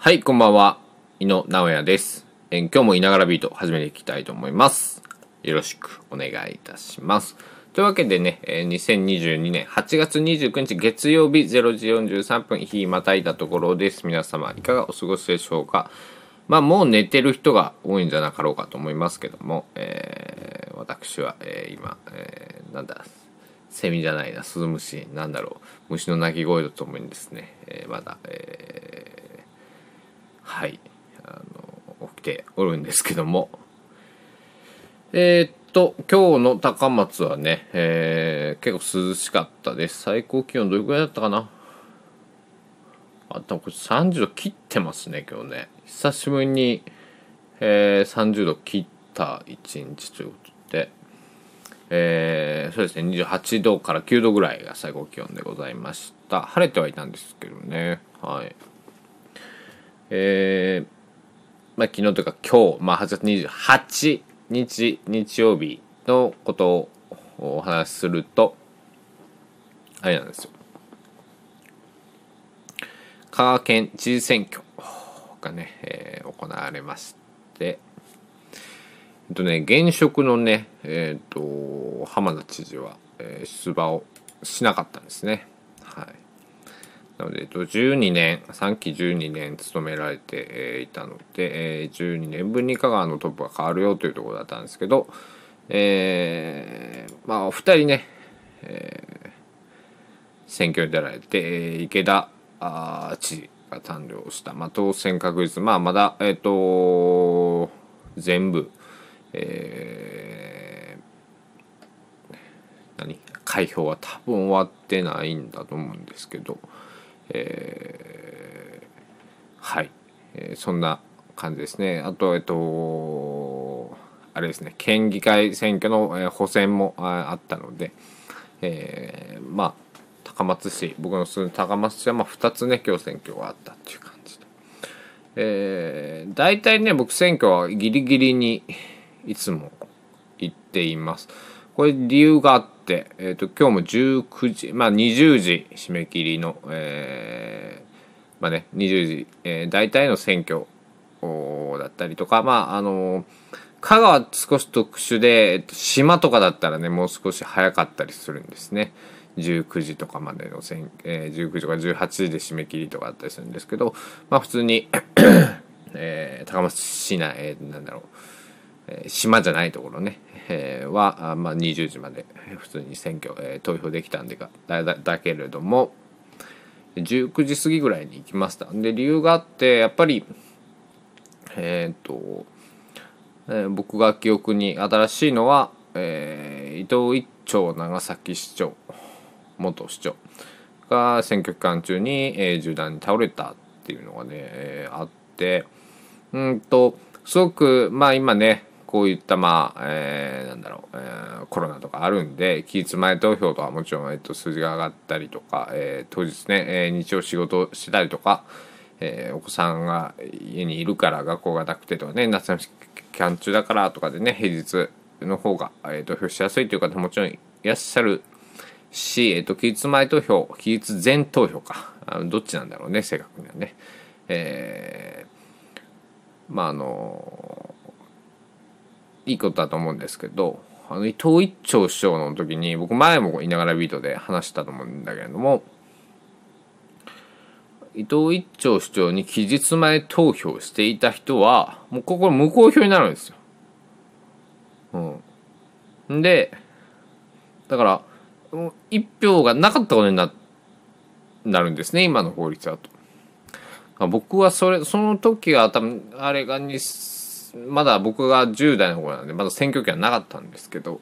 はい、こんばんは。井野直哉です。今日もいながらビート始めていきたいと思います。よろしくお願いいたします。というわけでね、2022年8月29日月曜日0時43分、日またいだところです。皆様、いかがお過ごしでしょうか。もう寝てる人が多いんじゃなかろうかと思いますけども、私は、今、セミじゃないな、スズムシ、虫の鳴き声とともにですね、まだ、はい、起きておるんですけども、今日の高松はね、結構涼しかったです。最高気温どれくらいだったかな。多分これ30度切ってますね、今日ね。久しぶりに、30度切った一日ということで、そうですね、28度から9度ぐらいが最高気温でございました。晴れてはいたんですけどね。はい。昨日というか今日、8月28日日曜日のことをお話しすると、あれなんですよ。香川県知事選挙がね、行われまして、現職のね、浜田知事は、出馬をしなかったんですね。はい。なので、3期12年務められて、いたので、12年分に香川のトップが変わるよというところだったんですけど、お二人ね、選挙に出られて、池田知事が誕生した、当選確率、まだ、全部、開票は多分終わってないんだと思うんですけど、はい、そんな感じですね。あとあれですね、県議会選挙の、補選もあったので、高松市、僕の住む高松市は2つね今日選挙があったっていう感じで、大体ね僕選挙はギリギリにいつも行っています。これ理由があって、今日も19時、20時締め切りの、20時、大体の選挙だったりとか、香川は少し特殊で、島とかだったらねもう少し早かったりするんですね。19時とかまでの19時とか18時で締め切りとかあったりするんですけど、普通に、高松市内、島じゃないところね、は、20時まで普通に選挙、投票できたんでだけれども、19時過ぎぐらいに行きました。で理由があって、やっぱり僕が記憶に新しいのは、伊藤一長長崎市長元市長が選挙期間中に、銃弾に倒れたっていうのがね、あって、すごく今ねこういったコロナとかあるんで期日前投票とはもちろん、数字が上がったりとか、当日ね、日曜仕事してたりとか、お子さんが家にいるから学校がなくてとかね、夏休み期間中だからとかでね、平日の方が、投票しやすいという方もちろんいらっしゃるし、期日前投票、期日前投票か、どっちなんだろうね正確にはね、いいことだと思うんですけど、伊藤一長首相の時に僕前もいながらビートで話したと思うんだけれども、伊藤一長首長に期日前投票していた人はもうここ無効票になるんですよ。でだから一票がなかったことになるんですね、今の法律だと。僕はその時は多分あれがまだ僕が10代の頃なんでまだ選挙権はなかったんですけど、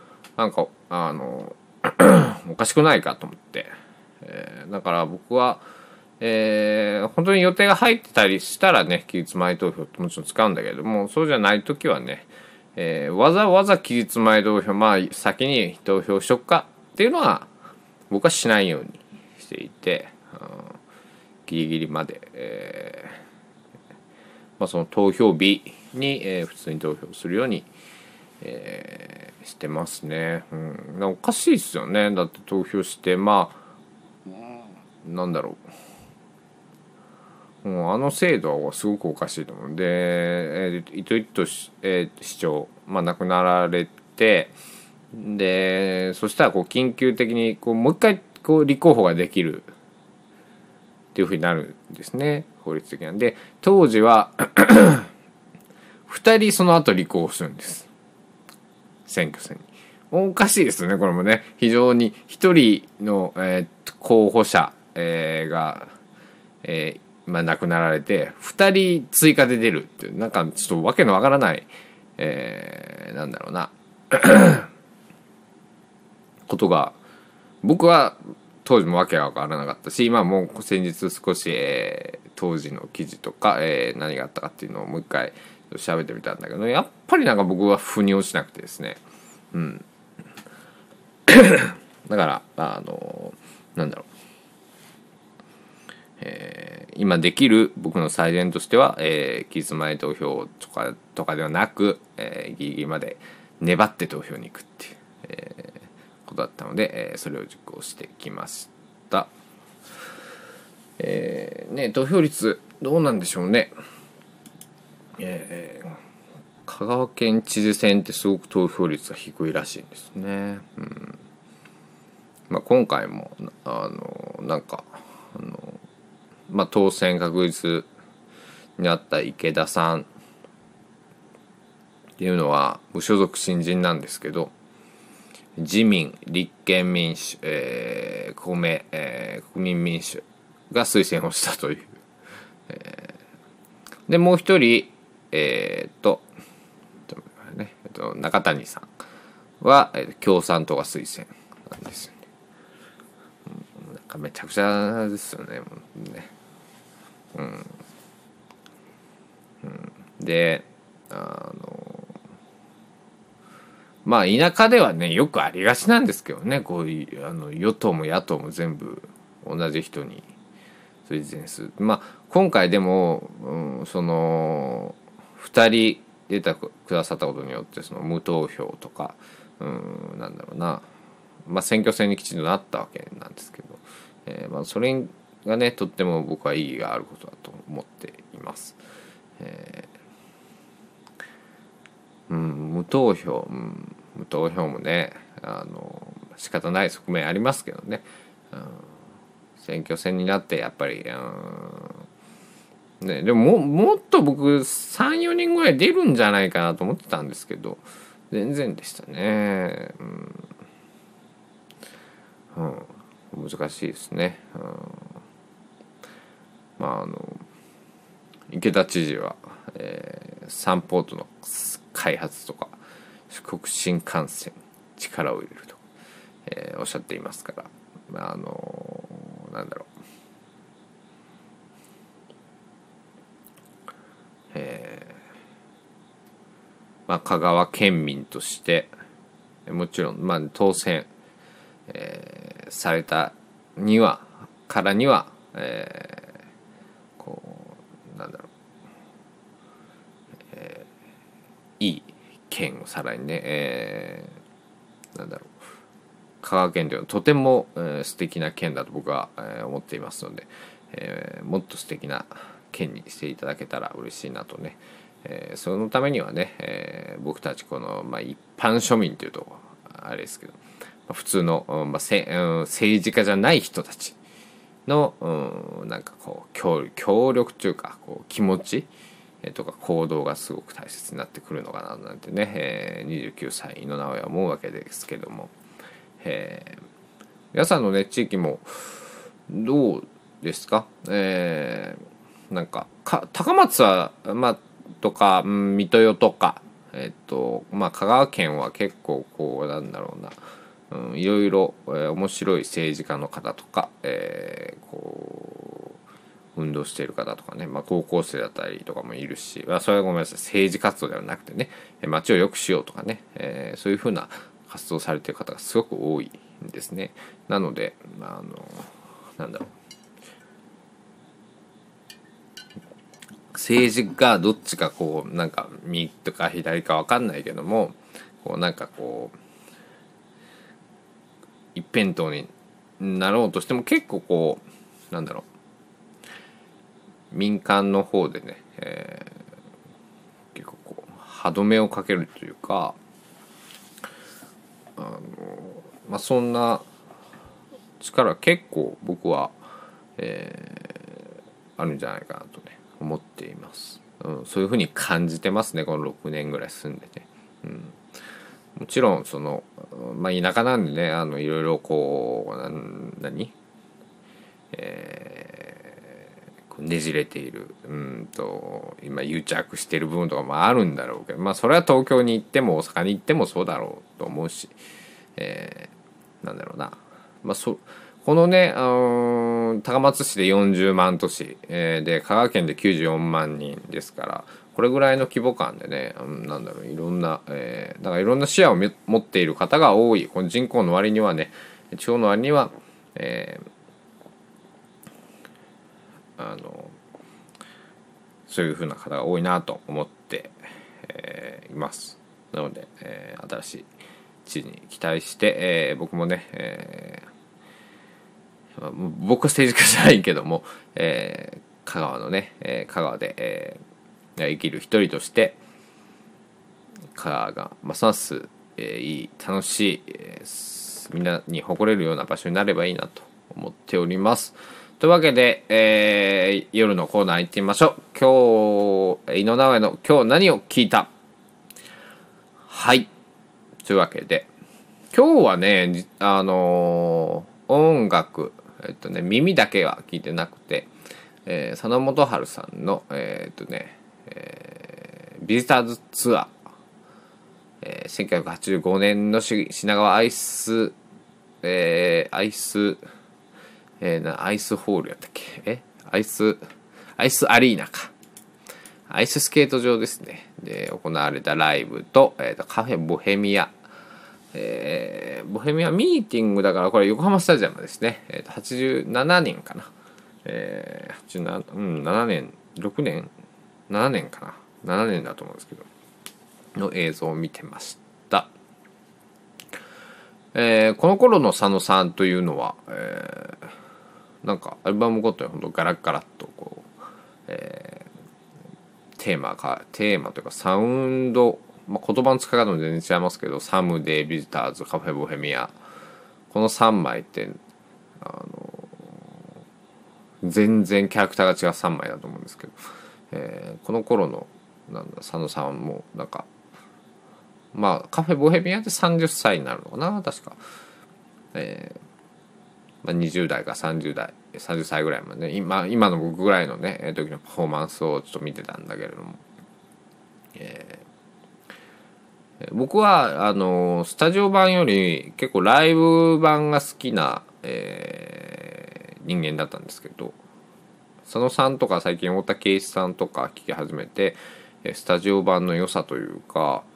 おかしくないかと思って、だから僕は、本当に予定が入ってたりしたらね期日前投票ってもちろん使うんだけれども、そうじゃない時はね、わざわざ期日前投票先に投票しよっかっていうのは僕はしないようにしていて、ギリギリまで、その投票日に、普通に投票するように、してますね。おかしいですよね。だって投票してもうあの制度はすごくおかしいと思うんで、糸井戸市長、亡くなられて、でそしたらこう緊急的にこうもう一回こう立候補ができるっていうふうになるんですね、法律的なんで。当時は2人その後立候補するんです、選挙戦に。おかしいですよねこれもね。非常に1人の、候補者、が、亡くなられて2人追加で出るっていう、なんかちょっとわけのわからない、なんだろうなことが、僕は当時もわけが分からなかったし、今もう先日少し、当時の記事とか、何があったかっていうのをもう一回調べてみたんだけど、やっぱりなんか僕は腑に落ちなくてですね。だからなんだろう、今できる僕の最善としては、期日前投票とかではなく、ギリギリまで粘って投票に行くっていう、ことだったので、それを実行してきました。投票率どうなんでしょうね。香川県知事選ってすごく投票率が低いらしいんですね。今回も当選確実になった池田さんっていうのは無所属新人なんですけど、自民、立憲民主、公明、国民民主が推薦をしたという。でもう一人、中谷さんは、共産党が推薦なんですよね。なんかめちゃくちゃですよね。もうね。で、田舎ではねよくありがちなんですけどね、こういう与党も野党も全部同じ人に推薦する。今回でも、その2人出てくださったことによってその無投票とか、なんだろうな、選挙戦にきちんとなったわけなんですけど、それがねとっても僕は意義があることだと思っています。無投票もね仕方ない側面ありますけどね、選挙戦になってやっぱり、でももっと僕 3,4 人ぐらい出るんじゃないかなと思ってたんですけど、全然でしたね。難しいですね。池田知事は、3ポートの開発とか四国新幹線力を入れると、おっしゃっていますから、なんだろう、香川県民としてもちろん、当選、されたからには、こうなんだろう、いい県をさらにね、香川県ではとても、素敵な県だと僕は、思っていますので、もっと素敵な県にしていただけたら嬉しいなとね。そのためにはね、僕たちこの、一般庶民というとあれですけど、普通の、政治家じゃない人たちの、なんかこう協力というかこう気持ちとか行動がすごく大切になってくるのかななんてね、29歳の直哉は思うわけですけども、皆さんのね地域もどうですか。高松はとか、水戸代とか、香川県は結構こうなんだろうな、いろいろ、面白い政治家の方とか、こう運動している方とかね、高校生だったりとかもいるし、それはごめんなさい、政治活動ではなくてね、街を良くしようとかね、そういうふうな活動されている方がすごく多いんですね。なので、なんだろう、政治がどっちかこうなんか右とか左か分かんないけども、こうなんかこう一辺倒になろうとしても結構こうなんだろ民間の方でね、結構こう歯止めをかけるというか、そんな力結構僕は、あるんじゃないかなとね思っています。そういうふうに感じてますね、この6年ぐらい住んでて。もちろんその、田舎なんでね、いろいろこうねじれている今癒着している部分とかもあるんだろうけど、それは東京に行っても大阪に行ってもそうだろうと思うし、なんだろうな、このね、高松市で40万都市、で香川県で94万人ですから、これぐらいの規模感でね、いろんな、だからいろんな視野を持っている方が多い。この人口の割にはね、地方の割には、そういう風な方が多いなと思って、います。なので、新しい地に期待して、僕もね、僕は政治家じゃないけども、香川のね、香川で、生きる一人として香川がますます、いい楽しい、みんなに誇れるような場所になればいいなと思っております。というわけで、夜のコーナー行ってみましょう。今日井上尚弥の今日何を聞いた。はい、というわけで今日はね、音楽耳だけは聞いてなくて、佐野元春さんのビジターズツアー、1985年の品川アイスホールやったっけ、アイスアリーナか、アイススケート場ですねで行われたライブと、カフェボヘミア、ボヘミアミーティングだから、これ横浜スタジアムですね、87年かな、7年6年7年かな7年だと思うんですけどの映像を見てました。この頃の佐野さんというのは、なんかアルバムごとにほんとガラッガラッとこう、テーマというかサウンド、言葉の使い方も全然違いますけど、サムデイ、ビジターズ、カフェボヘミア、この3枚って全然キャラクターが違う3枚だと思うんですけど、この頃の佐野さんもなんかカフェボヘミアで30歳になるのかな確か、20代か30歳ぐらいまで、ね、今の僕ぐらいのね時のパフォーマンスをちょっと見てたんだけれども、僕はスタジオ版より結構ライブ版が好きな、人間だったんですけど、佐野さんとか最近太田圭一さんとか聞き始めて、スタジオ版の良さというか、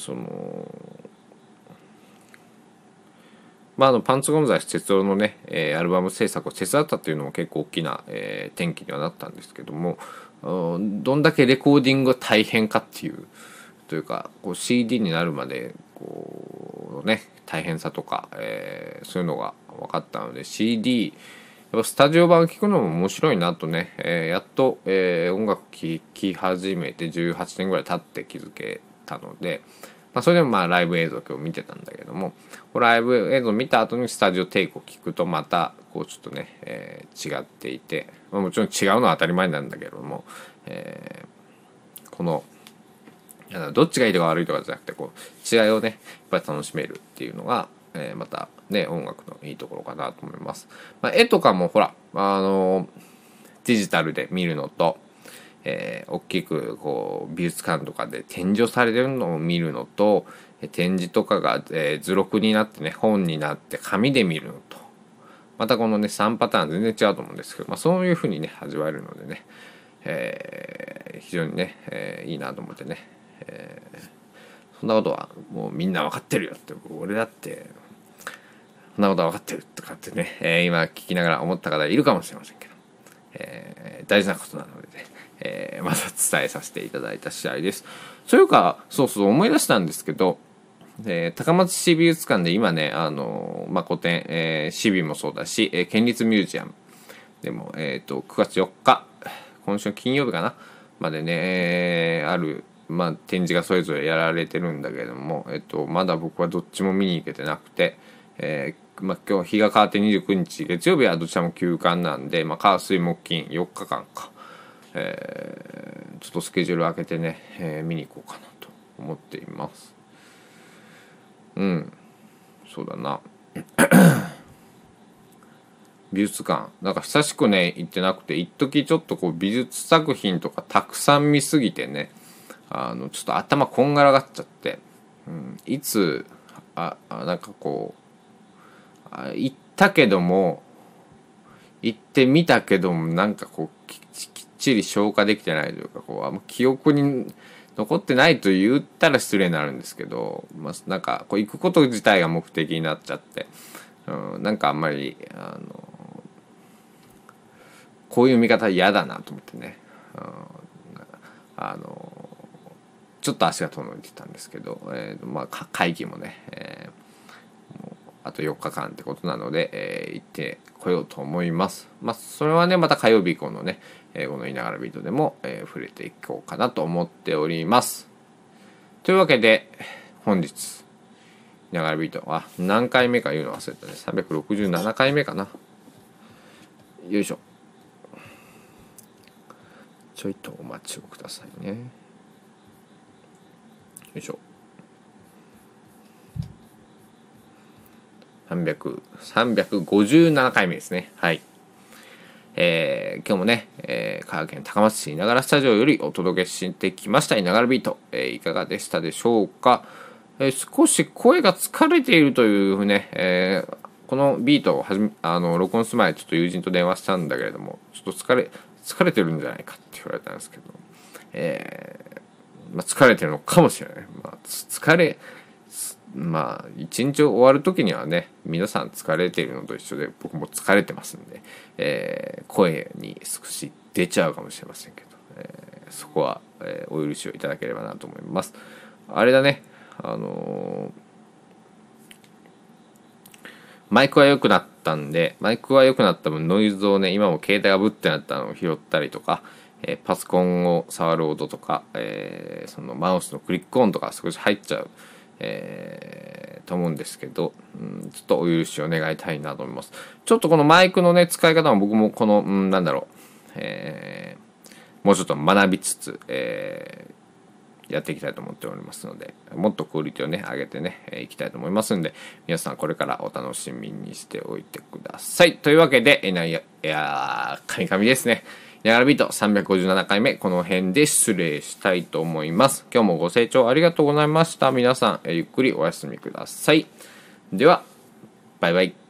パンツゴンザレス哲夫のね、アルバム制作を手伝ったっていうのも結構大きな、転機にはなったんですけども、どんだけレコーディングが大変かっていうというか、こう CD になるまでこうね大変さとか、そういうのが分かったので、 CD やっぱスタジオ版聴くのも面白いなとね、やっと、音楽聴き始めて18年ぐらい経って気づけたので、それでもライブ映像今日見てたんだけども、ライブ映像見た後にスタジオテイクを聞くとまたこうちょっとね、違っていて、もちろん違うのは当たり前なんだけども、このどっちがいいとか悪いとかじゃなくて、こう違いをねやっぱり楽しめるっていうのが、またね音楽のいいところかなと思います。絵とかもほらデジタルで見るのと、大きくこう美術館とかで展示をされてるのを見るのと、展示とかが、図録になってね本になって紙で見るのと、またこのね3パターン全然違うと思うんですけど、そういう風にね味わえるのでね、非常にね、いいなと思ってね、そんなことはもうみんな分かってるよって、俺だってそんなことは分かってるとかってね、今聞きながら思った方いるかもしれませんけど、大事なことなのでね、また伝えさせていただいた次第です。そういうか、そう思い出したんですけど、高松市美術館で今ね古典、市美もそうだし、県立ミュージアムでも、9月4日今週の金曜日かなまでね、ある、展示がそれぞれやられてるんだけれども、まだ僕はどっちも見に行けてなくて、今日日が変わって29日月曜日はどちらも休館なんで、火水木金4日間か、ちょっとスケジュール開けてね、見に行こうかなと思っています。そうだな美術館なんか久しくね行ってなくて、一時ちょっとこう美術作品とかたくさん見すぎてね、ちょっと頭こんがらがっちゃって、いつなんかこう行ったけども行ってみたけどもなんかこうきっちり消化できてないというか、こう記憶に残ってないと言ったら失礼になるんですけど、なんかこう行くこと自体が目的になっちゃって、なんかあんまりこういう見方嫌だなと思ってね、ちょっと足が遠のいてたんですけど、会議もね、もうあと4日間ってことなので、行ってこようと思います。それはねまた火曜日以降のね英語のいながらビートでも、触れていこうかなと思っております。というわけで本日いながらビートは何回目か言うの忘れたね。367回目かな。よいしょ。ちょいとお待ちをくださいね。よいしょ。357回目ですね。はい。今日もね、香川県高松市いながらスタジオよりお届けしてきましたいながらビート、いかがでしたでしょうか。少し声が疲れているというね、このビートを録音する前ちょっと友人と電話したんだけれども、ちょっと疲れてるんじゃないかって言われたんですけど、疲れてるのかもしれない。一日終わる時にはね皆さん疲れているのと一緒で僕も疲れてますんで、声に少し出ちゃうかもしれませんけど、そこは、お許しをいただければなと思います。あれだね、マイクは良くなったんで、マイクは良くなった分ノイズをね今も携帯がブッてなったのを拾ったりとか、パソコンを触る音とか、そのマウスのクリック音とか少し入っちゃう、と思うんですけど、ちょっとお許しを願いたいなと思います。ちょっとこのマイクのね使い方も僕もこの、もうちょっと学びつつ、やっていきたいと思っておりますので、もっとクオリティをね上げてねいきたいと思いますんで、皆さんこれからお楽しみにしておいてください。というわけでカミカミですね。いながらビート357回目この辺で失礼したいと思います。今日もご清聴ありがとうございました。皆さんゆっくりお休みください。ではバイバイ。